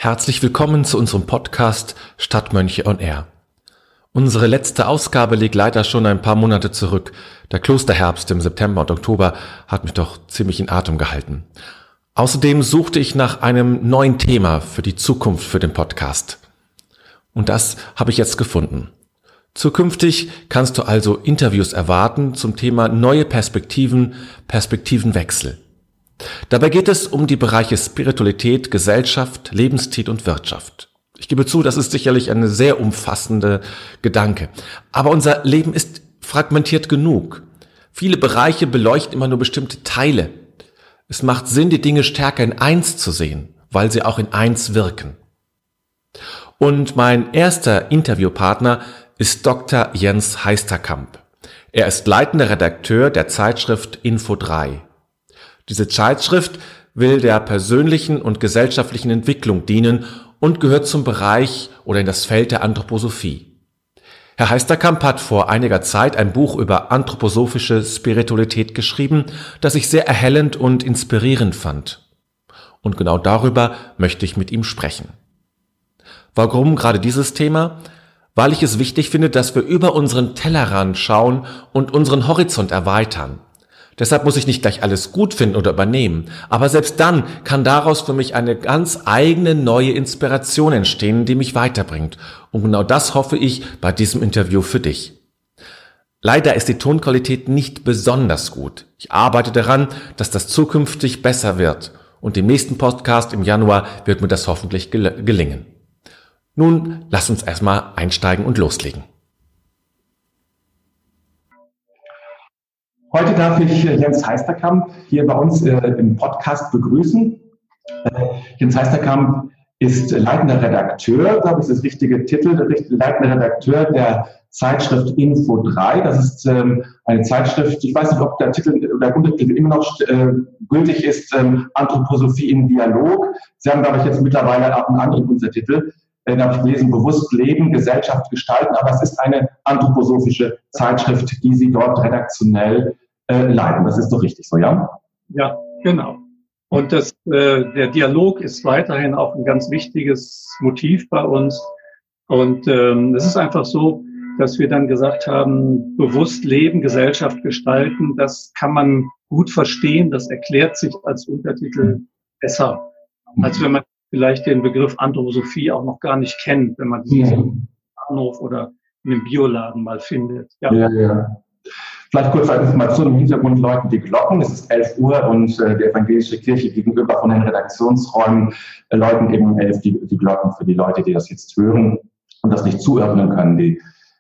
Herzlich willkommen zu unserem Podcast Stadtmönche on Air. Unsere letzte Ausgabe liegt leider schon ein paar Monate zurück. Der Klosterherbst im September und Oktober hat mich doch ziemlich in Atem gehalten. Außerdem suchte ich nach einem neuen Thema für die Zukunft für den Podcast. Und das habe ich jetzt gefunden. Zukünftig kannst du also Interviews erwarten zum Thema neue Perspektiven, Perspektivenwechsel. Dabei geht es um die Bereiche Spiritualität, Gesellschaft, Lebensstil und Wirtschaft. Ich gebe zu, das ist sicherlich eine sehr umfassende Gedanke. Aber unser Leben ist fragmentiert genug. Viele Bereiche beleuchten immer nur bestimmte Teile. Es macht Sinn, die Dinge stärker in eins zu sehen, weil sie auch in eins wirken. Und mein erster Interviewpartner ist Dr. Jens Heisterkamp. Er ist leitender Redakteur der Zeitschrift Info3. Diese Zeitschrift will der persönlichen und gesellschaftlichen Entwicklung dienen und gehört zum Bereich oder in das Feld der Anthroposophie. Herr Heisterkamp hat vor einiger Zeit ein Buch über anthroposophische Spiritualität geschrieben, das ich sehr erhellend und inspirierend fand. Und genau darüber möchte ich mit ihm sprechen. Warum gerade dieses Thema? Weil ich es wichtig finde, dass wir über unseren Tellerrand schauen und unseren Horizont erweitern. Deshalb muss ich nicht gleich alles gut finden oder übernehmen, aber selbst dann kann daraus für mich eine ganz eigene neue Inspiration entstehen, die mich weiterbringt. Und genau das hoffe ich bei diesem Interview für dich. Leider ist die Tonqualität nicht besonders gut. Ich arbeite daran, dass das zukünftig besser wird. Und im nächsten Podcast im Januar wird mir das hoffentlich gelingen. Nun, lass uns erstmal einsteigen und loslegen. Heute darf ich Jens Heisterkamp hier bei uns im Podcast begrüßen. Jens Heisterkamp ist leitender Redakteur, glaube ich, ist das richtige Titel, leitender Redakteur der Zeitschrift Info3. Das ist eine Zeitschrift, ich weiß nicht, ob der Titel oder der Untertitel immer noch gültig ist, Anthroposophie im Dialog. Sie haben, glaube ich, jetzt mittlerweile auch einen anderen Untertitel. Da habe ich gelesen, bewusst leben, Gesellschaft gestalten, aber es ist eine anthroposophische Zeitschrift, die Sie dort redaktionell leiten. Das ist doch richtig so, ja? Ja, genau. Und der Dialog ist weiterhin auch ein ganz wichtiges Motiv bei uns. Und es ist einfach so, dass wir dann gesagt haben, bewusst leben, Gesellschaft gestalten, das kann man gut verstehen, das erklärt sich als Untertitel besser, als wenn man vielleicht den Begriff Anthroposophie auch noch gar nicht kennt, wenn man diesen im Bahnhof oder in einem Bioladen mal findet. Ja. Vielleicht kurz als Information im Hintergrund läuten die Glocken. Es ist 11 Uhr und die evangelische Kirche gegenüber von den Redaktionsräumen läuten eben 11 die Glocken für die Leute, die das jetzt hören und das nicht zuordnen können, die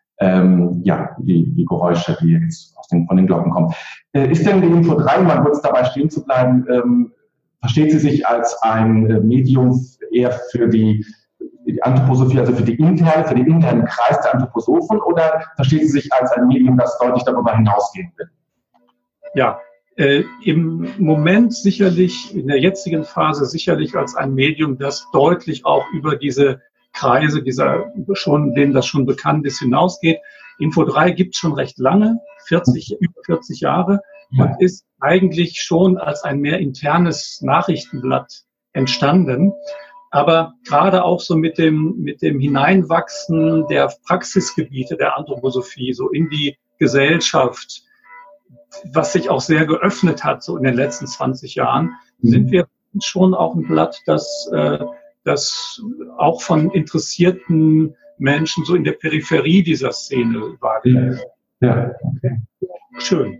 Geräusche, die jetzt von den Glocken kommen. Ist denn die Info3, mal kurz dabei stehen zu bleiben, versteht sie sich als ein Medium eher für die Anthroposophie, also für den internen Kreis der Anthroposophen, oder versteht sie sich als ein Medium, das deutlich darüber hinausgehen will? Ja, im Moment sicherlich, in der jetzigen Phase sicherlich als ein Medium, das deutlich auch über diese Kreise, denen das schon bekannt ist, hinausgeht. Info3 gibt es schon recht lange, über 40 Jahre, und ist eigentlich schon als ein mehr internes Nachrichtenblatt entstanden. Aber gerade auch so mit dem Hineinwachsen der Praxisgebiete der Anthroposophie, so in die Gesellschaft, was sich auch sehr geöffnet hat, so in den letzten 20 Jahren, sind wir schon auch ein Blatt, das auch von interessierten Menschen so in der Peripherie dieser Szene wahrgenommen wird. Ja, okay. Schön.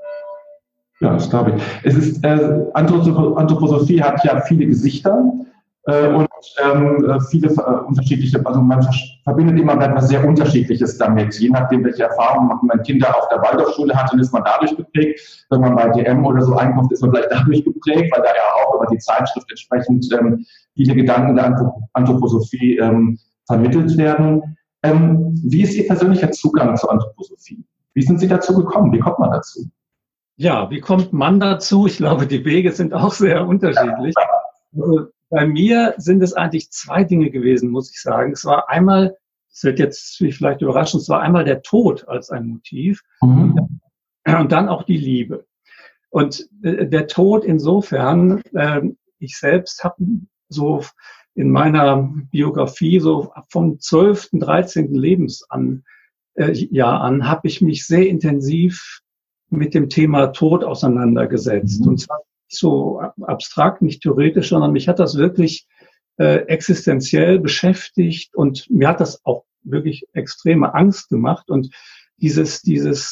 Ja, das glaube ich. Es ist, Anthroposophie hat ja viele Gesichter und viele unterschiedliche, also man verbindet immer etwas sehr Unterschiedliches damit. Je nachdem, welche Erfahrungen man Kinder auf der Waldorfschule hat, dann ist man dadurch geprägt. Wenn man bei DM oder so einkauft, ist man vielleicht dadurch geprägt, weil da ja auch über die Zeitschrift entsprechend viele Gedanken der Anthroposophie vermittelt werden. Wie ist Ihr persönlicher Zugang zur Anthroposophie? Wie sind Sie dazu gekommen? Wie kommt man dazu? Ja, wie kommt man dazu? Ich glaube, die Wege sind auch sehr unterschiedlich. Bei mir sind es eigentlich zwei Dinge gewesen, muss ich sagen. Es war einmal, es wird jetzt vielleicht überraschen, es war einmal der Tod als ein Motiv und dann auch die Liebe. Und der Tod insofern, ich selbst habe so in meiner Biografie so vom 12., 13. Lebensjahr an habe ich mich sehr intensiv mit dem Thema Tod auseinandergesetzt. Und zwar nicht so abstrakt, nicht theoretisch, sondern mich hat das wirklich existenziell beschäftigt und mir hat das auch wirklich extreme Angst gemacht. Und was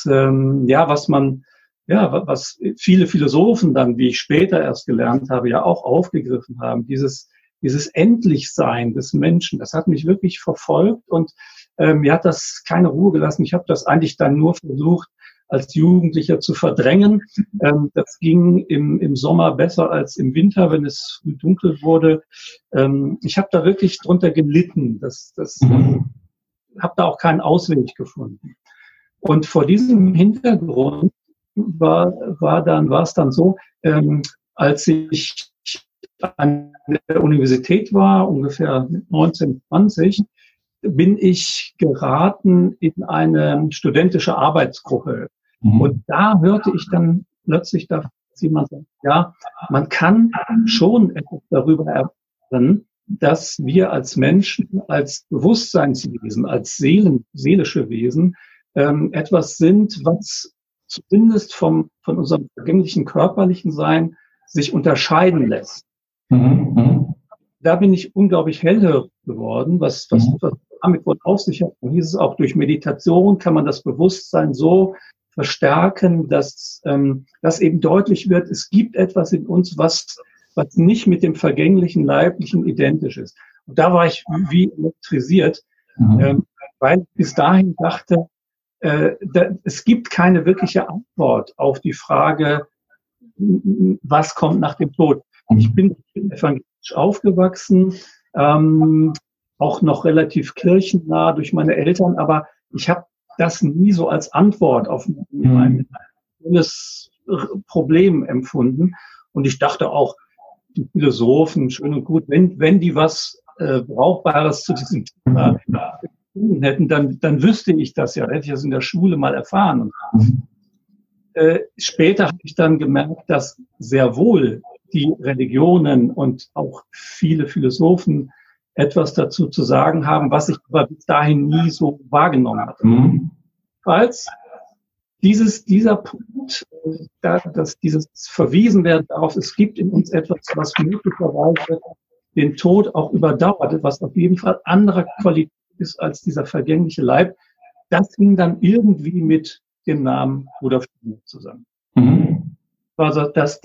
viele Philosophen dann, wie ich später erst gelernt habe, ja auch aufgegriffen haben, dieses Endlichsein des Menschen, das hat mich wirklich verfolgt und mir hat das keine Ruhe gelassen. Ich habe das eigentlich dann nur versucht, als Jugendlicher zu verdrängen. Das ging im Sommer besser als im Winter, wenn es dunkel wurde. Ich habe da wirklich drunter gelitten. Habe da auch keinen Ausweg gefunden. Und vor diesem Hintergrund war es dann so, als ich an der Universität war, ungefähr 19, 20, bin ich geraten in eine studentische Arbeitsgruppe. Und da hörte ich dann plötzlich, dass jemand sagt, ja, man kann schon etwas darüber erfahren, dass wir als Menschen, als Bewusstseinswesen, als seelische Wesen etwas sind, was zumindest von unserem vergänglichen körperlichen Sein sich unterscheiden lässt. Da bin ich unglaublich hellhörig geworden, was damit wohl auf sich hat. Und hieß es auch, durch Meditation kann man das Bewusstsein so verstärken, dass eben deutlich wird, es gibt etwas in uns, was nicht mit dem vergänglichen Leiblichen identisch ist. Und da war ich wie elektrisiert, weil ich bis dahin dachte, es gibt keine wirkliche Antwort auf die Frage, was kommt nach dem Tod. Ich bin evangelisch aufgewachsen, auch noch relativ kirchennah durch meine Eltern, aber ich habe das nie so als Antwort auf mein Problem empfunden. Und ich dachte auch, die Philosophen, schön und gut, wenn die was Brauchbares zu diesem Thema hätten, dann wüsste ich das ja, hätte ich das in der Schule mal erfahren. Später habe ich dann gemerkt, dass sehr wohl die Religionen und auch viele Philosophen etwas dazu zu sagen haben, was ich aber bis dahin nie so wahrgenommen hatte. Falls dieser Punkt, dass dieses verwiesen werden darauf, es gibt in uns etwas, was möglicherweise den Tod auch überdauert, was auf jeden Fall anderer Qualität ist als dieser vergängliche Leib, das hing dann irgendwie mit dem Namen Rudolf Steiner zusammen. Also das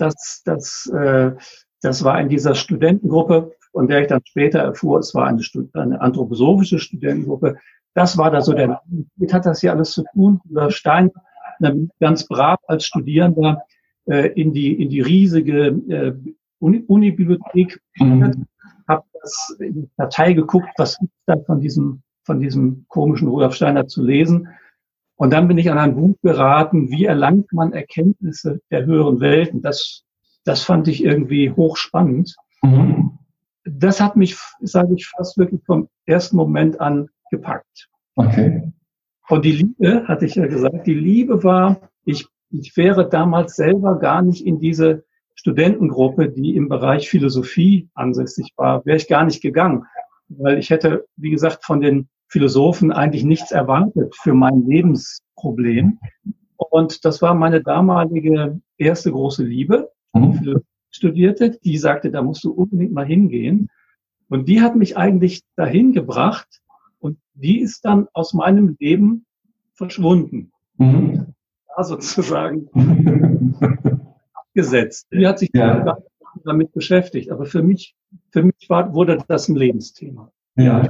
war in dieser Studentengruppe, von der ich dann später erfuhr, es war eine anthroposophische Studentengruppe. Das war da so der Name. Mit hat das hier alles zu tun. Rudolf Steiner, ganz brav als Studierender in die riesige Unibibliothek, habe das in die Datei geguckt, was gibt es da von diesem komischen Rudolf Steiner zu lesen. Und dann bin ich an ein Buch geraten, wie erlangt man Erkenntnisse der höheren Welten. Das fand ich irgendwie hochspannend. Das hat mich, sage ich, fast wirklich vom ersten Moment an gepackt. Okay. Und die Liebe, hatte ich ja gesagt, die Liebe war, ich wäre damals selber gar nicht in diese Studentengruppe, die im Bereich Philosophie ansässig war, wäre ich gar nicht gegangen. Weil ich hätte, wie gesagt, von den Philosophen eigentlich nichts erwartet für mein Lebensproblem. Und das war meine damalige erste große Liebe, die Philosophie studierte. Die sagte, da musst du unbedingt mal hingehen. Und die hat mich eigentlich dahin gebracht und die ist dann aus meinem Leben verschwunden. Da sozusagen abgesetzt. Die hat sich damit beschäftigt. Aber für mich wurde das ein Lebensthema. Ja.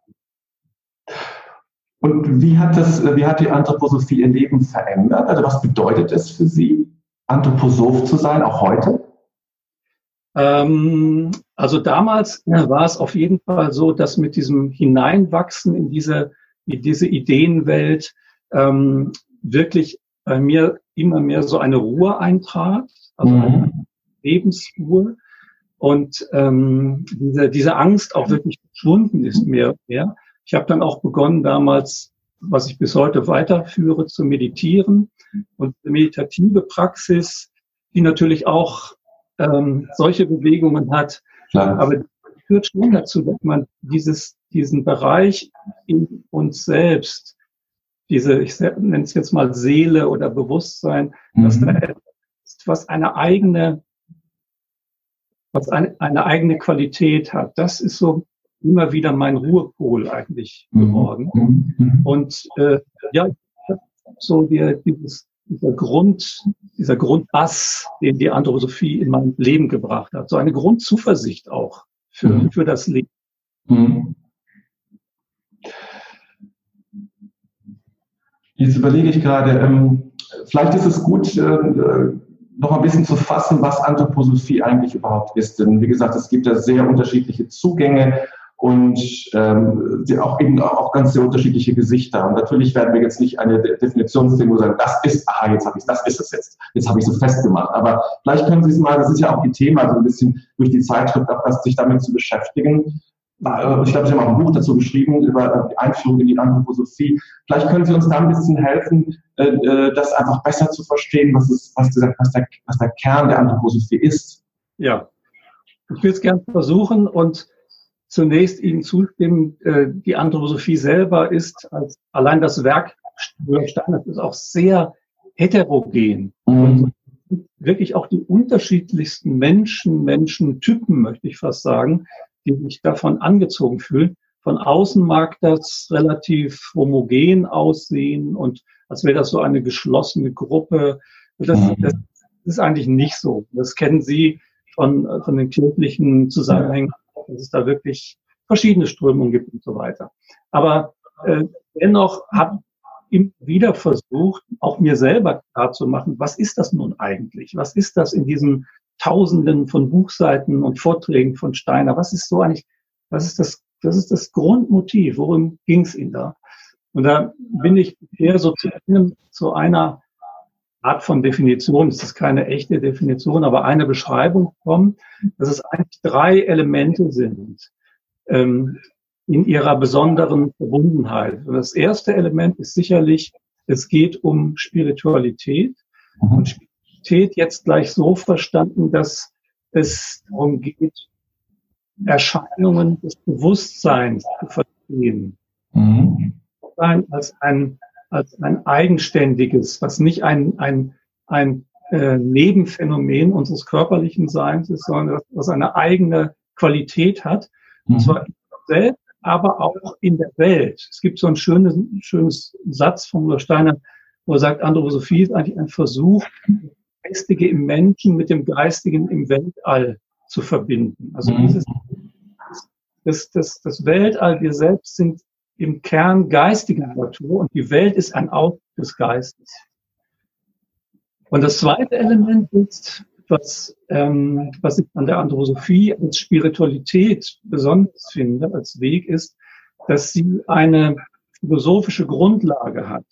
Und wie hat die Anthroposophie Ihr Leben verändert? Also was bedeutet es für Sie, Anthroposoph zu sein, auch heute? Also damals war es auf jeden Fall so, dass mit diesem Hineinwachsen in diese Ideenwelt wirklich bei mir immer mehr so eine Ruhe eintrat, also eine Lebensruhe. Und diese Angst auch wirklich verschwunden ist mehr und mehr. Ich habe dann auch begonnen damals, was ich bis heute weiterführe, zu meditieren. Und eine meditative Praxis, die natürlich auch solche Bewegungen hat. Klar. Aber führt schon dazu, dass man diesen Bereich in uns selbst, ich nenne es jetzt mal Seele oder Bewusstsein, dass da etwas ist, was eine eigene Qualität hat. Das ist so immer wieder mein Ruhepol eigentlich geworden. Und so dieser Grundbass, den die Anthroposophie in mein Leben gebracht hat. So eine Grundzuversicht auch für das Leben. Jetzt überlege ich gerade, vielleicht ist es gut, noch ein bisschen zu fassen, was Anthroposophie eigentlich überhaupt ist. Denn wie gesagt, es gibt ja sehr unterschiedliche Zugänge und auch ganz sehr unterschiedliche Gesichter. Und natürlich werden wir jetzt nicht eine Definitionsdemo sagen, das ist es jetzt habe ich so festgemacht. Aber vielleicht können Sie es mal, das ist ja auch Ihr Thema, so ein bisschen durch die Zeitschrift, sich damit zu beschäftigen. Ich glaube, Sie haben auch ein Buch dazu geschrieben über die Einführung in die Anthroposophie. Vielleicht können Sie uns da ein bisschen helfen, das einfach besser zu verstehen, was der Kern der Anthroposophie ist. Ja, ich will es gerne versuchen und zunächst Ihnen zustimmen. Die Anthroposophie selber ist allein das Werk Rudolf Steiners ist auch sehr heterogen. Und wirklich auch die unterschiedlichsten Menschentypen, möchte ich fast sagen, die sich davon angezogen fühlen. Von außen mag das relativ homogen aussehen und als wäre das so eine geschlossene Gruppe. Das ist eigentlich nicht so. Das kennen Sie von den kirchlichen Zusammenhängen, dass es da wirklich verschiedene Strömungen gibt und so weiter. Aber dennoch habe ich immer wieder versucht, auch mir selber klarzumachen, was ist das nun eigentlich? Was ist das in diesen Tausenden von Buchseiten und Vorträgen von Steiner? Was ist das Grundmotiv? Worum ging es Ihnen da? Und da bin ich eher so zu einer Art von Definition, es ist keine echte Definition, aber eine Beschreibung gekommen, dass es eigentlich 3 Elemente sind in ihrer besonderen Verbundenheit. Und das erste Element ist sicherlich, es geht um Spiritualität. Und Spiritualität jetzt gleich so verstanden, dass es darum geht, Erscheinungen des Bewusstseins zu verstehen. Als ein eigenständiges, was nicht ein Nebenphänomen unseres körperlichen Seins ist, sondern was eine eigene Qualität hat. Und zwar in uns selbst, aber auch in der Welt. Es gibt so einen schönes Satz von Rudolf Steiner, wo er sagt, Anthroposophie ist eigentlich ein Versuch, das Geistige im Menschen mit dem Geistigen im Weltall zu verbinden. Also das Weltall, wir selbst sind im Kern geistige Natur und die Welt ist ein Ausdruck des Geistes. Und das zweite Element ist, was ich an der Anthroposophie als Spiritualität besonders finde, als Weg ist, dass sie eine philosophische Grundlage hat.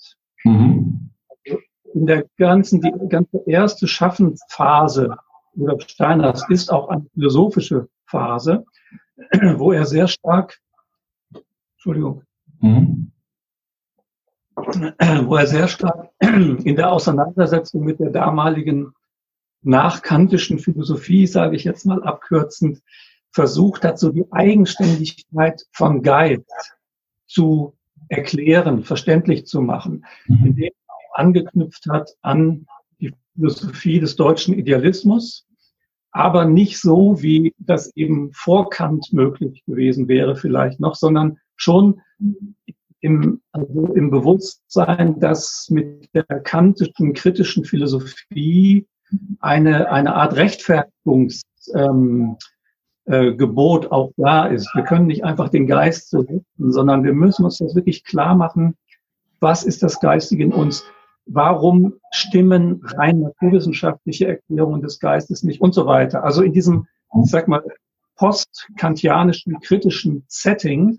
Die ganze erste Schaffensphase Rudolf Steiners ist auch eine philosophische Phase, wo er sehr stark, in der Auseinandersetzung mit der damaligen nachkantischen Philosophie, sage ich jetzt mal abkürzend, versucht hat, so die Eigenständigkeit von Geist zu erklären, verständlich zu machen, indem er angeknüpft hat an die Philosophie des deutschen Idealismus, aber nicht so, wie das eben vor Kant möglich gewesen wäre vielleicht noch, sondern schon im Bewusstsein, dass mit der kantischen, kritischen Philosophie eine Art Rechtfertigungsgebot auch da ist. Wir können nicht einfach den Geist so setzen, sondern wir müssen uns das wirklich klar machen, was ist das Geistige in uns? Warum stimmen rein naturwissenschaftliche Erklärungen des Geistes nicht und so weiter? Also in diesem, ich sag mal, post-kantianischen, kritischen Setting,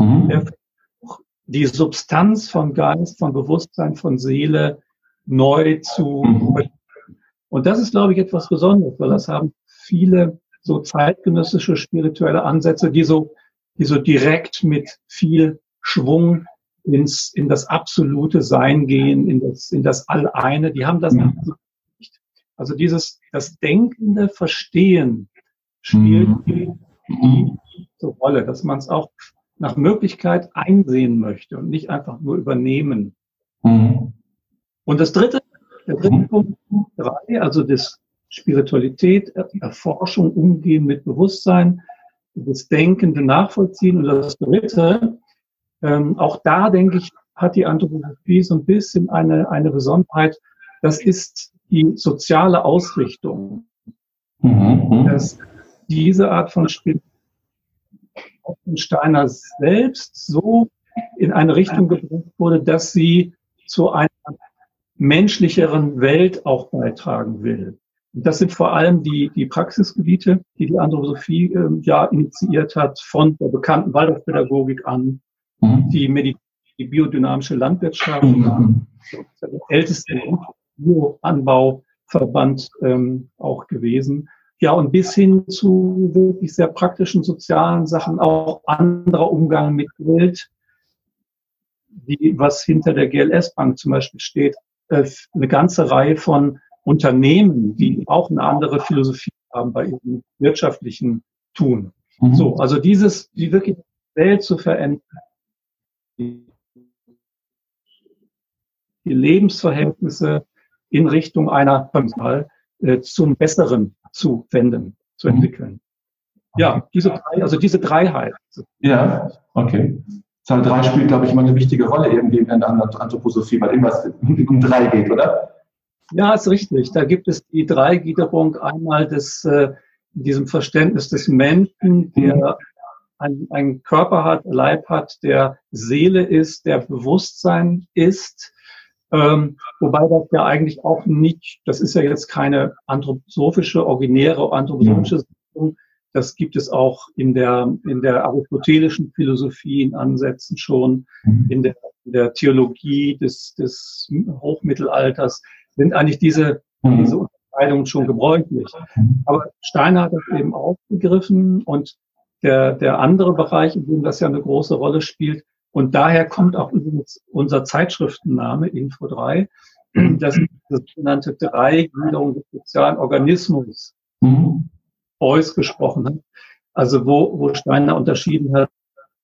die Substanz von Geist, von Bewusstsein, von Seele neu zu. Und das ist, glaube ich, etwas Besonderes, weil das haben viele so zeitgenössische spirituelle Ansätze, die so direkt mit viel Schwung in das absolute Sein gehen, in das Alleine, die haben das nicht. Also das denkende Verstehen spielt die wichtigste Rolle, dass man es auch nach Möglichkeit einsehen möchte und nicht einfach nur übernehmen. Und der dritte Punkt, 3, also das Spiritualität, Erforschung, Umgehen mit Bewusstsein, das Denkende Nachvollziehen. Und das dritte, auch da, denke ich, hat die Anthroposophie so ein bisschen eine Besonderheit. Das ist die soziale Ausrichtung. Dass diese Art von Spiritualität von Steiner selbst so in eine Richtung gebracht wurde, dass sie zu einer menschlicheren Welt auch beitragen will. Und das sind vor allem die Praxisgebiete, die Anthroposophie initiiert hat, von der bekannten Waldorfpädagogik an, die biodynamische Landwirtschaft, der älteste Bioanbauverband auch gewesen. Ja, und bis hin zu wirklich sehr praktischen sozialen Sachen, auch anderer Umgang mit Geld, was hinter der GLS-Bank zum Beispiel steht, eine ganze Reihe von Unternehmen, die auch eine andere Philosophie haben bei ihrem wirtschaftlichen Tun. So, also die wirklich Welt zu verändern, die Lebensverhältnisse in Richtung einer zum Besseren zu wenden, zu entwickeln. Ja, diese Dreiheit. Ja, okay. Zahl 3 spielt, glaube ich, immer eine wichtige Rolle irgendwie in der Anthroposophie, weil irgendwas um 3 geht, oder? Ja, ist richtig. Da gibt es die Dreigliederung einmal in diesem Verständnis des Menschen, der einen Körper hat, Leib hat, der Seele ist, der Bewusstsein ist. Wobei das ja eigentlich auch nicht, das ist ja jetzt keine originäre anthroposophische Sitzung. Das gibt es auch in der aristotelischen Philosophie in Ansätzen schon, in der Theologie des Hochmittelalters sind eigentlich diese Unterscheidungen schon gebräuchlich. Aber Steiner hat das eben aufgegriffen und der andere Bereich, in dem das ja eine große Rolle spielt, und daher kommt auch übrigens unser Zeitschriftenname Info 3, das ist das sogenannte Dreigliederung des sozialen Organismus, Beuys gesprochen hat. Also wo Steiner unterschieden hat,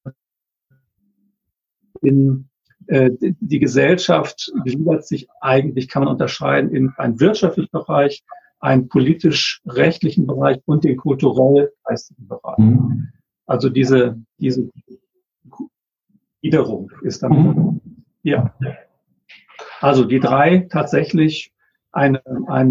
die Gesellschaft gliedert sich eigentlich, kann man unterscheiden, in einen wirtschaftlichen Bereich, einen politisch-rechtlichen Bereich und den kulturell-geistigen Bereich. Also diese Gliederung ist dann, ja. Also die 3 tatsächlich eine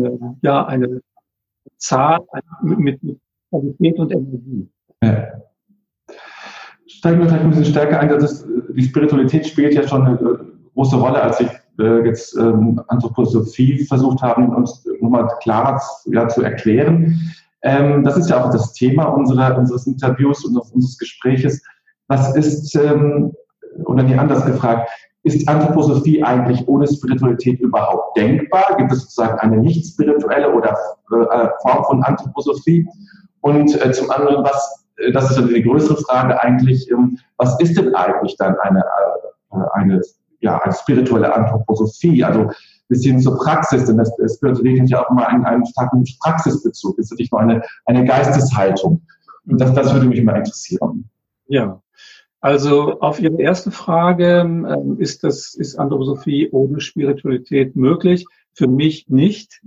Zahl mit Qualität und Energie. Ja. Steigen wir vielleicht ein bisschen stärker ein, die Spiritualität spielt ja schon eine große Rolle, als ich jetzt Anthroposophie versucht habe, uns nochmal klarer zu erklären. Das ist ja auch das Thema unseres Interviews und unseres Gespräches. Was ist, oder nie anders gefragt, ist Anthroposophie eigentlich ohne Spiritualität überhaupt denkbar? Gibt es sozusagen eine nicht spirituelle oder Form von Anthroposophie? Und zum anderen, das ist ja die größere Frage eigentlich, was ist denn eigentlich dann eine spirituelle Anthroposophie? Also bis hin zur Praxis, denn das Spiritualität hat ja auch immer einen starken Praxisbezug. Es ist nicht nur eine Geisteshaltung. Und das würde mich immer interessieren. Ja, also auf Ihre erste Frage, ist Anthroposophie ohne Spiritualität möglich? Für mich nicht.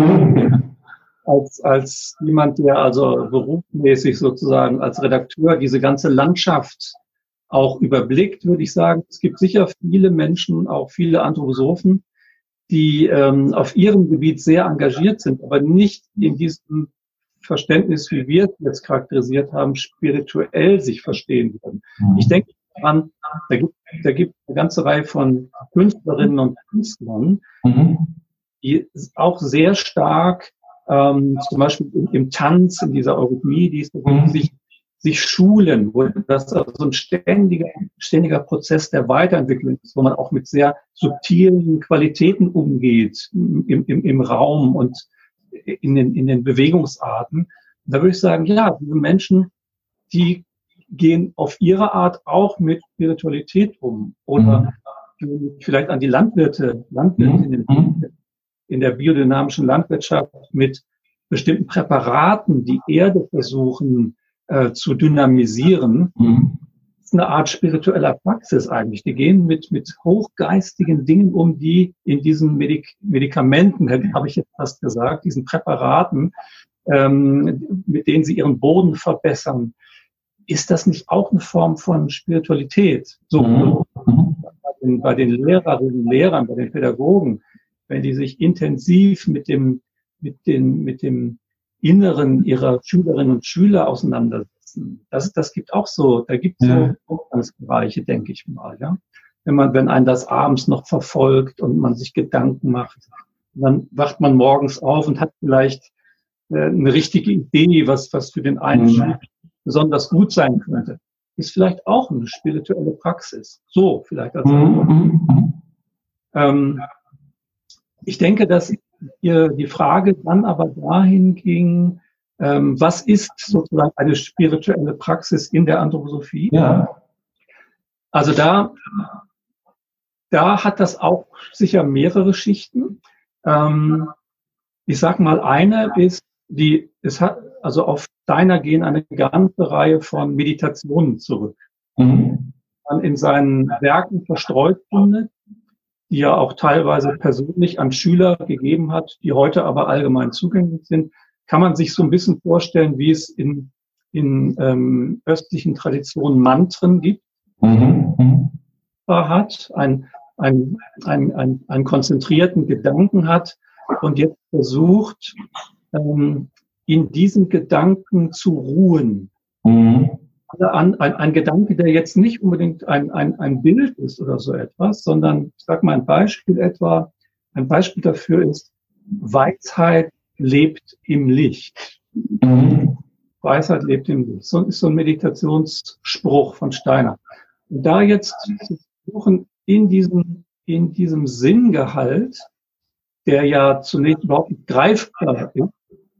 Als jemand, der also berufsmäßig sozusagen als Redakteur diese ganze Landschaft auch überblickt, würde ich sagen, es gibt sicher viele Menschen, auch viele Anthroposophen, die auf ihrem Gebiet sehr engagiert sind, aber nicht in diesem Verständnis, wie wir es jetzt charakterisiert haben, spirituell sich verstehen würden. Ich denke daran, da gibt eine ganze Reihe von Künstlerinnen und Künstlern, die auch sehr stark zum Beispiel im Tanz, in dieser Eurythmie, die sich schulen, wo das also ein ständiger Prozess der Weiterentwicklung ist, wo man auch mit sehr subtilen Qualitäten umgeht im Raum und in den Bewegungsarten. Da würde ich sagen, ja, diese Menschen, die gehen auf ihre Art auch mit Spiritualität um oder vielleicht an die Landwirtinnen in der biodynamischen Landwirtschaft mit bestimmten Präparaten die Erde versuchen zu dynamisieren. Das ist eine Art spiritueller Praxis eigentlich. Die gehen mit hochgeistigen Dingen um, die in diesen Medikamenten, habe ich jetzt fast gesagt, diesen Präparaten, mit denen sie ihren Boden verbessern. Ist das nicht auch eine Form von Spiritualität? So bei den Lehrerinnen und Lehrern, bei den Pädagogen, wenn die sich intensiv mit dem Inneren ihrer Schülerinnen und Schüler auseinandersetzen. Das gibt auch so, da gibt es so Umgangsbereiche, denke ich mal, ja. Wenn einen das abends noch verfolgt und man sich Gedanken macht, dann wacht man morgens auf und hat vielleicht eine richtige Idee, was für den einen Schüler besonders gut sein könnte. Ist vielleicht auch eine spirituelle Praxis. So, vielleicht als ich denke, dass hier die Frage dann aber dahin ging, was ist sozusagen eine spirituelle Praxis in der Anthroposophie? Ja. Also da hat das auch sicher mehrere Schichten. Ich sag mal, eine ist, es hat also auf Steiner gehen eine ganze Reihe von Meditationen zurück. Man in seinen Werken verstreut findet, die er auch teilweise persönlich an Schüler gegeben hat, die heute aber allgemein zugänglich sind, kann man sich so ein bisschen vorstellen, wie es in östlichen Traditionen Mantren gibt. Hat, einen konzentrierten Gedanken hat und jetzt versucht, in diesen Gedanken zu ruhen. Ein Gedanke, der jetzt nicht unbedingt ein Bild ist oder so etwas, sondern, ich sag mal ein Beispiel dafür ist, Weisheit lebt im Licht. Weisheit lebt im Licht. So ist so ein Meditationsspruch von Steiner. Und da jetzt zu versuchen, in diesem Sinngehalt, der ja zunächst überhaupt nicht greifbar ist,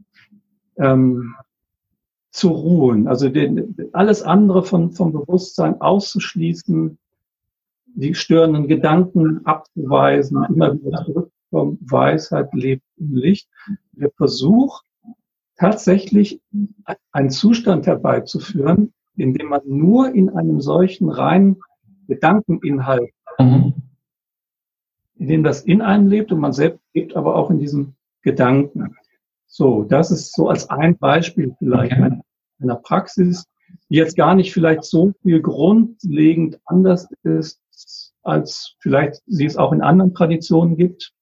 zu ruhen, also alles andere vom Bewusstsein auszuschließen, die störenden Gedanken abzuweisen, immer wieder zurückzukommen, Weisheit lebt im Licht. Der Versuch, tatsächlich einen Zustand herbeizuführen, in dem man nur in einem solchen reinen Gedankeninhalt, in dem das in einem lebt und man selbst lebt aber auch in diesem Gedanken. So, das ist so als ein Beispiel vielleicht einer Praxis, die jetzt gar nicht vielleicht so viel grundlegend anders ist, als vielleicht sie es auch in anderen Traditionen gibt.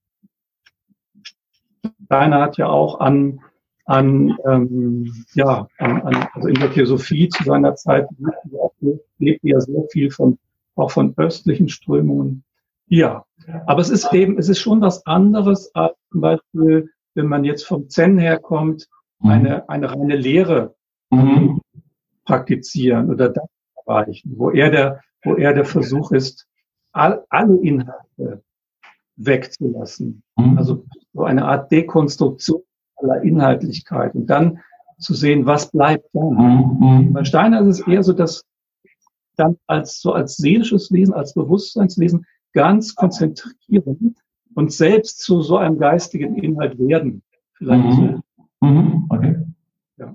Steiner hat ja auch also in der Theosophie zu seiner Zeit lebt ja sehr viel auch von östlichen Strömungen. Ja, aber es ist schon was anderes als zum Beispiel, wenn man jetzt vom Zen herkommt, eine reine Lehre praktizieren oder das erreichen, wo eher der Versuch ist, alle Inhalte wegzulassen. Also so eine Art Dekonstruktion aller Inhaltlichkeit und dann zu sehen, was bleibt dann. Bei Steiner ist es eher so, dass dann als seelisches Wesen, als Bewusstseinswesen ganz konzentrieren und selbst zu so einem geistigen Inhalt werden. Vielleicht so. Okay. Ja.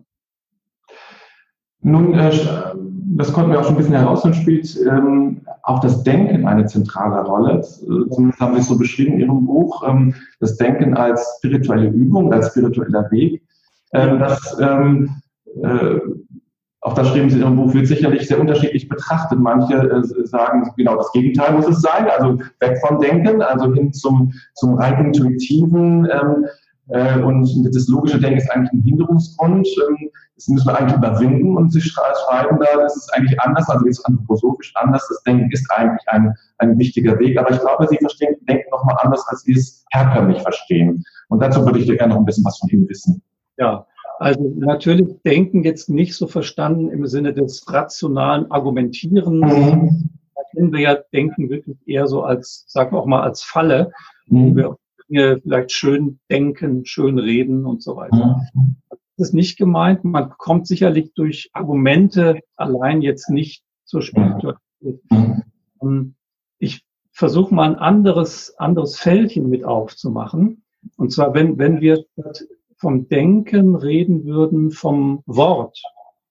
Nun, das konnten wir auch schon ein bisschen herausfinden, spielt auch das Denken eine zentrale Rolle. Zumindest haben Sie es so beschrieben in Ihrem Buch. Das Denken als spirituelle Übung, als spiritueller Weg. Auch das schreiben Sie in Ihrem Buch, wird sicherlich sehr unterschiedlich betrachtet. Manche sagen, genau das Gegenteil muss es sein, also weg vom Denken, also hin zum rein intuitiven. Und das logische Denken ist eigentlich ein Hinderungsgrund. Das müssen wir eigentlich überwinden und Sie schreiben da, das ist eigentlich anders, also jetzt anthroposophisch anders. Das Denken ist eigentlich ein wichtiger Weg, aber ich glaube, Sie verstehen Denken nochmal anders, als Sie es herkömmlich verstehen. Und dazu würde ich gerne noch ein bisschen was von Ihnen wissen. Ja, also natürlich Denken jetzt nicht so verstanden im Sinne des rationalen Argumentierens. Da kennen wir ja Denken wirklich eher so als, sagen wir auch mal, als Falle, wo wir Dinge vielleicht schön denken, schön reden und so weiter. Das ist nicht gemeint. Man kommt sicherlich durch Argumente allein jetzt nicht zur Spiritualität. Ich versuche mal ein anderes Feldchen mit aufzumachen. Und zwar, wenn wir vom Denken reden würden, vom Wort.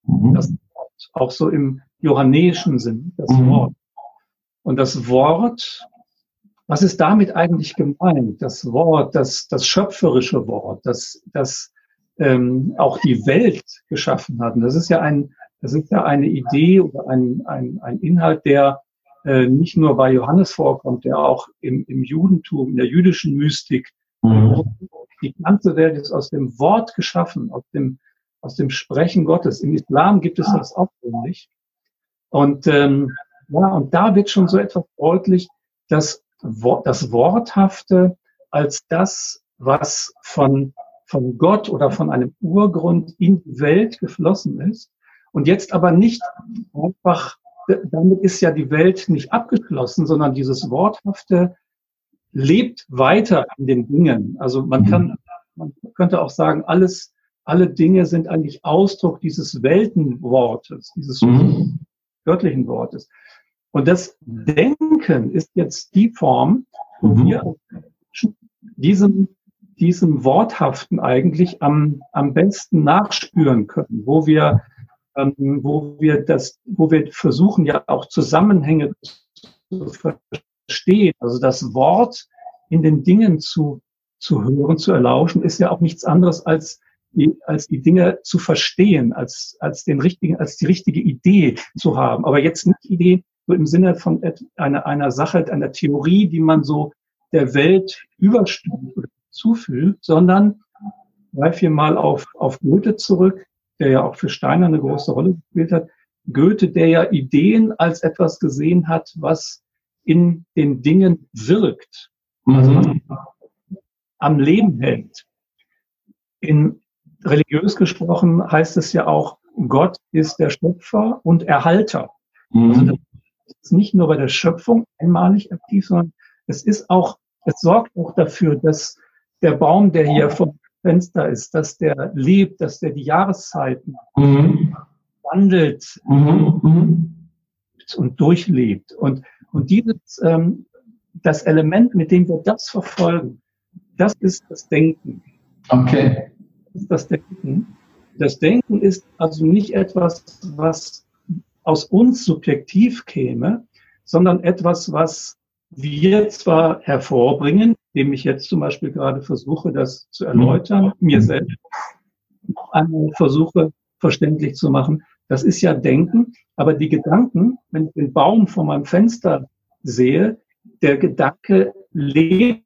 Das Wort, auch so im johannäischen Sinn, das Wort. Und das Wort, was ist damit eigentlich gemeint? Das Wort, das schöpferische Wort, das auch die Welt geschaffen hat. Und das ist ja eine Idee oder ein Inhalt, der nicht nur bei Johannes vorkommt, der auch im Judentum, in der jüdischen Mystik, die ganze Welt ist aus dem Wort geschaffen, aus dem Sprechen Gottes. Im Islam gibt es das auch nicht. Und und da wird schon so etwas deutlich, dass das Worthafte als das, was von Gott oder von einem Urgrund in die Welt geflossen ist und jetzt aber nicht einfach, damit ist ja die Welt nicht abgeschlossen, sondern dieses Worthafte lebt weiter in den Dingen. Also man könnte auch sagen, alle Dinge sind eigentlich Ausdruck dieses Weltenwortes, dieses göttlichen Wortes. Und das Denken ist jetzt die Form, wo wir diesem Worthaften eigentlich am besten nachspüren können, wo wir versuchen ja auch Zusammenhänge zu verstehen. Also das Wort in den Dingen zu hören, zu erlauschen, ist ja auch nichts anderes als die Dinge zu verstehen, als die richtige Idee zu haben. Aber jetzt nicht Idee so im Sinne von einer Sache, einer Theorie, die man so der Welt überstimmt oder zufügt, sondern greifen wir mal auf Goethe zurück, der ja auch für Steiner eine große Rolle gespielt hat. Goethe, der ja Ideen als etwas gesehen hat, was in den Dingen wirkt, also was am Leben hält. Religiös gesprochen heißt es ja auch, Gott ist der Schöpfer und Erhalter. Also das ist nicht nur bei der Schöpfung einmalig aktiv, sondern es sorgt auch dafür, dass der Baum, der hier vom Fenster ist, dass der lebt, dass der die Jahreszeiten wandelt und durchlebt. Und das Element, mit dem wir das verfolgen, das ist das Denken. Okay. Das ist das Denken. Das Denken ist also nicht etwas, was aus uns subjektiv käme, sondern etwas, was wir zwar hervorbringen, indem ich jetzt zum Beispiel gerade versuche, das zu erläutern, mir selbst noch einmal versuche, verständlich zu machen. Das ist ja Denken, aber die Gedanken, wenn ich den Baum vor meinem Fenster sehe, der Gedanke lebt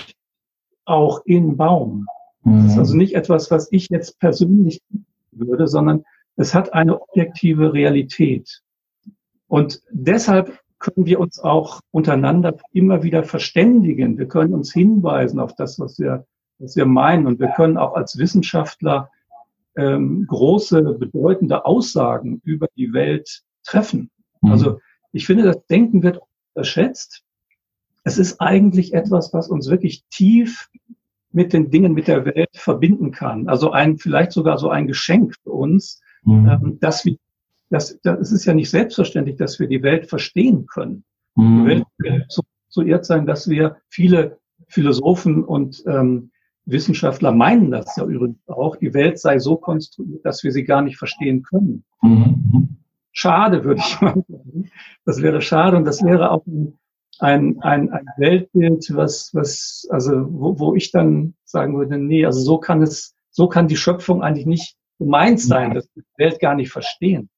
auch im Baum. Das ist also nicht etwas, was ich jetzt persönlich würde, sondern es hat eine objektive Realität. Und deshalb können wir uns auch untereinander immer wieder verständigen. Wir können uns hinweisen auf das, was wir meinen. Und wir können auch als Wissenschaftler große, bedeutende Aussagen über die Welt treffen. Also ich finde, das Denken wird unterschätzt. Es ist eigentlich etwas, was uns wirklich tief mit den Dingen, mit der Welt verbinden kann. Also vielleicht sogar so ein Geschenk für uns, es ist ja nicht selbstverständlich, dass wir die Welt verstehen können. Die Welt wird so irrt sein, dass wir viele Philosophen und Wissenschaftler meinen das ja übrigens auch, die Welt sei so konstruiert, dass wir sie gar nicht verstehen können. Schade, würde ich mal sagen. Das wäre schade und das wäre auch ein Weltbild, wo ich dann sagen würde, nee, also so kann die Schöpfung eigentlich nicht gemeint sein, dass wir die Welt gar nicht verstehen.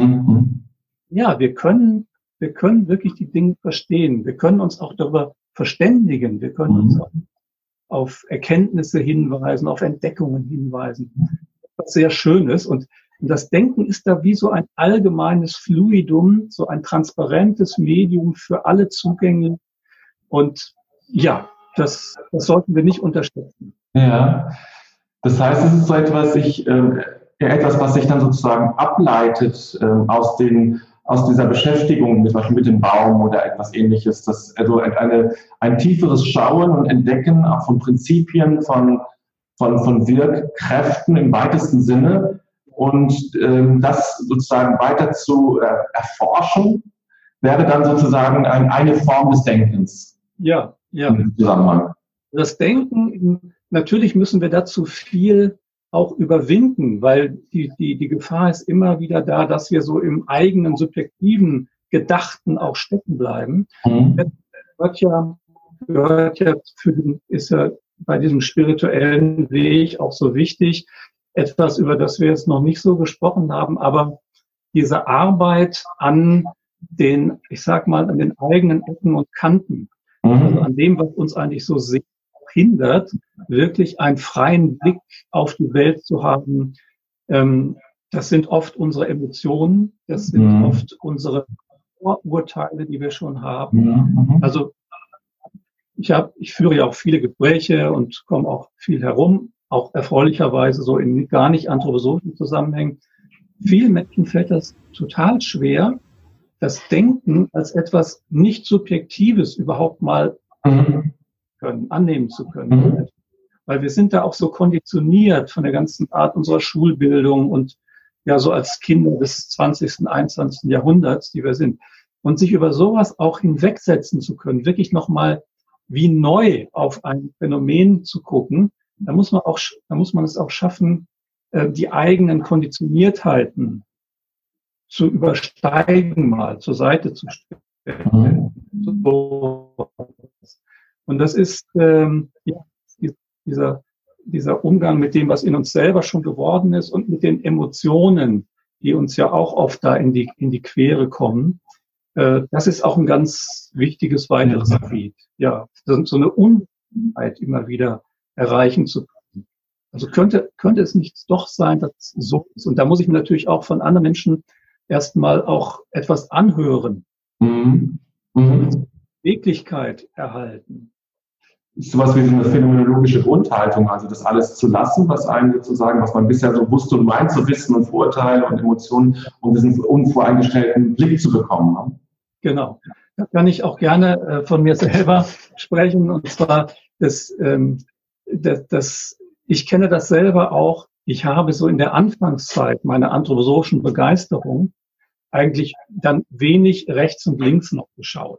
Ja, wir können wirklich die Dinge verstehen. Wir können uns auch darüber verständigen. Wir können uns auch auf Erkenntnisse hinweisen, auf Entdeckungen hinweisen. Was sehr schön ist. Und das Denken ist da wie so ein allgemeines Fluidum, so ein transparentes Medium für alle Zugänge. Und ja, das sollten wir nicht unterschätzen. Ja, das heißt, es ist so etwas, was sich dann sozusagen ableitet aus dieser Beschäftigung mit dem Baum oder etwas Ähnliches. Also ein tieferes Schauen und Entdecken auch von Prinzipien, von Wirkkräften im weitesten Sinne und das sozusagen weiter zu erforschen, wäre dann sozusagen eine Form des Denkens. Ja. Im Zusammenhang. Das Denken, natürlich müssen wir dazu viel auch überwinden, weil die Gefahr ist immer wieder da, dass wir so im eigenen subjektiven Gedachten auch stecken bleiben. Das gehört ja ist ja bei diesem spirituellen Weg auch so wichtig. Etwas, über das wir jetzt noch nicht so gesprochen haben, aber diese Arbeit an den, ich sag mal, an den eigenen Ecken und Kanten, also an dem, was uns eigentlich so sehr hindert, wirklich einen freien Blick auf die Welt zu haben. Das sind oft unsere Emotionen, das sind oft unsere Vorurteile, die wir schon haben. Also ich führe ja auch viele Gespräche und komme auch viel herum, auch erfreulicherweise so in gar nicht anthroposophischen Zusammenhängen. Vielen Menschen fällt das total schwer, das Denken als etwas nicht Subjektives überhaupt mal annehmen zu können. Weil wir sind da auch so konditioniert von der ganzen Art unserer Schulbildung und ja so als Kinder des 20., 21. Jahrhunderts, die wir sind. Und sich über sowas auch hinwegsetzen zu können, wirklich nochmal wie neu auf ein Phänomen zu gucken, da muss man es auch schaffen, die eigenen Konditioniertheiten zu übersteigen, mal zur Seite zu stellen. Und das ist dieser Umgang mit dem, was in uns selber schon geworden ist und mit den Emotionen, die uns ja auch oft da in die Quere kommen. Das ist auch ein ganz wichtiges weiteres Gebiet. Ja, so eine Unsicherheit immer wieder erreichen zu können. Also könnte es nicht doch sein, dass es so ist. Und da muss ich mir natürlich auch von anderen Menschen erstmal auch etwas anhören. Beweglichkeit erhalten. Sowas wie so eine phänomenologische Grundhaltung, also das alles zu lassen, was einem sozusagen, was man bisher so wusste und meint zu wissen und Vorurteile und Emotionen, um diesen unvoreingestellten Blick zu bekommen. Ne? Genau. Da kann ich auch gerne von mir selber sprechen. Und zwar, ich kenne das selber auch. Ich habe so in der Anfangszeit meiner anthroposophischen Begeisterung eigentlich dann wenig rechts und links noch geschaut.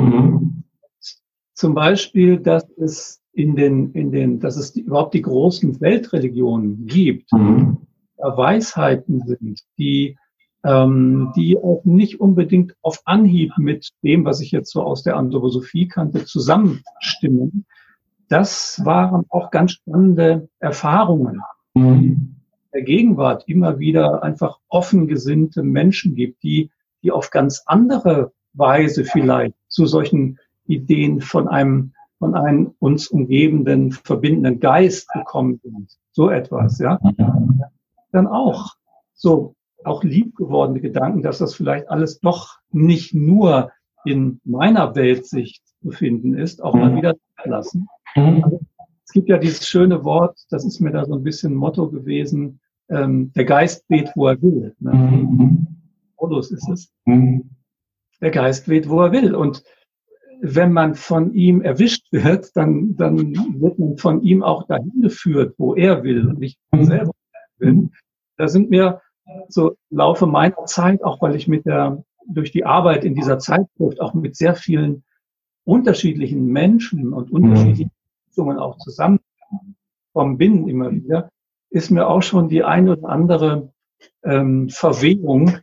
Zum Beispiel, dass es überhaupt die großen Weltreligionen gibt, Weisheiten sind, die auch nicht unbedingt auf Anhieb mit dem, was ich jetzt so aus der Anthroposophie kannte, zusammenstimmen. Das waren auch ganz spannende Erfahrungen. Der Gegenwart immer wieder einfach offen gesinnte Menschen gibt, die auf ganz andere Weise vielleicht zu solchen Ideen von einem uns umgebenden, verbindenden Geist gekommen sind. So etwas, ja. Dann auch liebgewordene Gedanken, dass das vielleicht alles doch nicht nur in meiner Weltsicht zu finden ist, auch mal wieder lassen. Es gibt ja dieses schöne Wort, das ist mir da so ein bisschen Motto gewesen, der Geist weht, wo er will. Ne? Paulus ist es. Der Geist weht, wo er will. Und wenn man von ihm erwischt wird, dann wird man von ihm auch dahin geführt, wo er will und nicht selber will. Da sind mir so im Laufe meiner Zeit, auch weil ich durch die Arbeit in dieser Zeitschrift auch mit sehr vielen unterschiedlichen Menschen und unterschiedlichen Richtungen auch zusammengekommen bin immer wieder, ist mir auch schon die eine oder andere Verwehung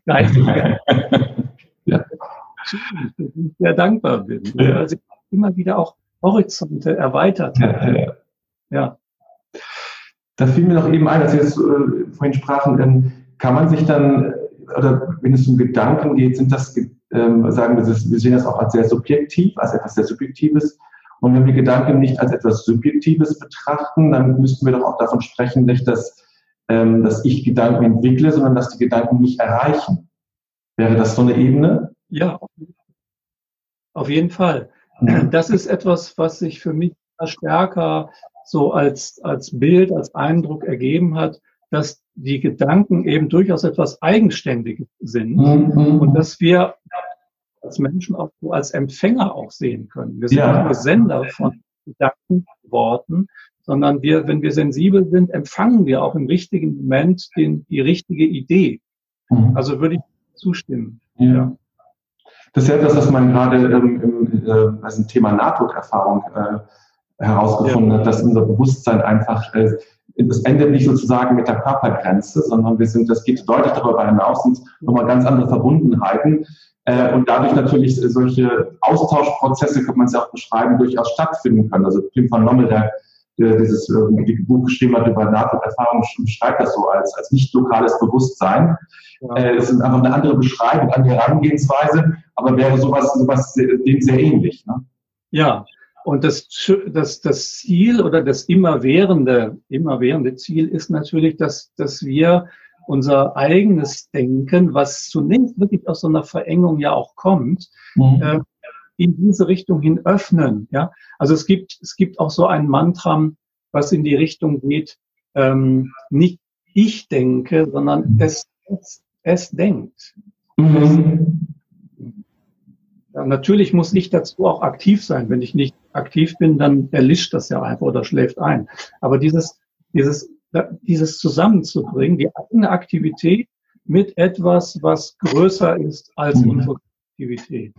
ich sehr dankbar bin, weil sie immer wieder auch Horizonte erweitert hat. Ja. Da fiel mir noch eben ein, als wir jetzt vorhin sprachen, kann man sich dann, oder wenn es um Gedanken geht, sind das, sagen wir sehen das auch als sehr subjektiv, als etwas sehr Subjektives. Und wenn wir Gedanken nicht als etwas Subjektives betrachten, dann müssten wir doch auch davon sprechen, nicht, dass ich Gedanken entwickle, sondern dass die Gedanken mich erreichen. Wäre das so eine Ebene? Ja, auf jeden Fall. Das ist etwas, was sich für mich stärker so als Bild, als Eindruck ergeben hat, dass die Gedanken eben durchaus etwas Eigenständiges sind und dass wir als Menschen auch so als Empfänger auch sehen können. Wir sind nicht nur Sender von Gedankenworten, sondern wenn wir sensibel sind, empfangen wir auch im richtigen Moment die richtige Idee. Also würde ich zustimmen. Ja. Das ist ja etwas, was man gerade als ein Thema Nahtoderfahrung herausgefunden hat, dass unser Bewusstsein einfach das endet nicht sozusagen mit der Körpergrenze, sondern das geht deutlich darüber hinaus, sind nochmal ganz andere Verbundenheiten. Und dadurch natürlich solche Austauschprozesse, kann man es ja auch beschreiben, durchaus stattfinden können. Also Tim van Lommel, der dieses Buch geschrieben hat über Nahtoderfahrung, beschreibt das so als nicht lokales Bewusstsein. Ja. Es ist einfach eine andere Beschreibung, eine Herangehensweise, aber wäre sowas dem sehr ähnlich. Ne? Ja, und das Ziel oder das immerwährende Ziel ist natürlich, dass wir unser eigenes Denken, was zunächst wirklich aus so einer Verengung ja auch kommt, in diese Richtung hin öffnen. Ja, also es gibt auch so ein Mantra, was in die Richtung geht, nicht ich denke, sondern es denkt. Ja, natürlich muss ich dazu auch aktiv sein. Wenn ich nicht aktiv bin, dann erlischt das ja einfach oder schläft ein. Aber dieses zusammenzubringen, die eigene Aktivität mit etwas, was größer ist als unsere Aktivität.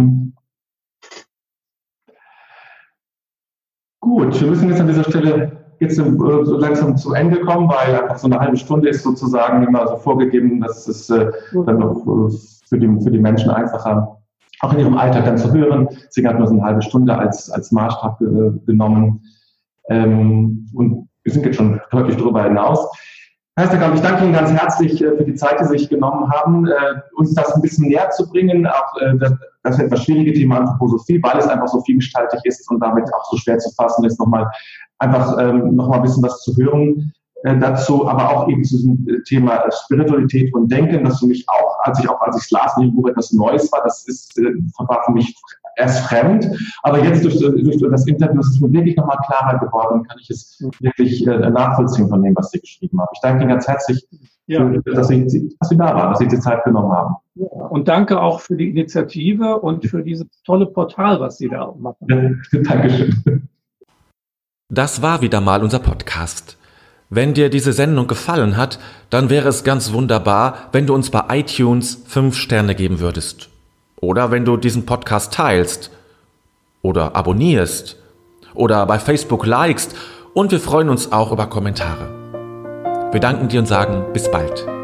Gut, wir müssen jetzt an dieser Stelle so langsam zu Ende kommen, weil einfach so eine halbe Stunde ist sozusagen immer so vorgegeben, dass es dann noch für die Menschen einfacher, auch in ihrem Alltag dann zu hören. Deswegen hat man so eine halbe Stunde als Maßstab genommen. Und wir sind jetzt schon deutlich darüber hinaus. Herr Heisterkamp, ich danke Ihnen ganz herzlich für die Zeit, die Sie sich genommen haben, uns das ein bisschen näher zu bringen, auch das etwas schwierige Thema Anthroposophie, weil es einfach so vielgestaltig ist und damit auch so schwer zu fassen ist, nochmal ein bisschen was zu hören dazu, aber auch eben zu diesem Thema Spiritualität und Denken, das für mich auch, als ich es las, in dem Buch etwas Neues war, war für mich erst fremd, aber jetzt durch das Interview ist es mir wirklich nochmal klarer geworden und kann ich es wirklich nachvollziehen von dem, was Sie geschrieben haben. Ich danke Ihnen ganz herzlich, dass Sie da waren, dass Sie die Zeit genommen haben. Ja, und danke auch für die Initiative und für dieses tolle Portal, was Sie da machen. Dankeschön. Das war wieder mal unser Podcast. Wenn dir diese Sendung gefallen hat, dann wäre es ganz wunderbar, wenn du uns bei iTunes 5 Sterne geben würdest. Oder wenn du diesen Podcast teilst oder abonnierst oder bei Facebook likest, und wir freuen uns auch über Kommentare. Wir danken dir und sagen bis bald.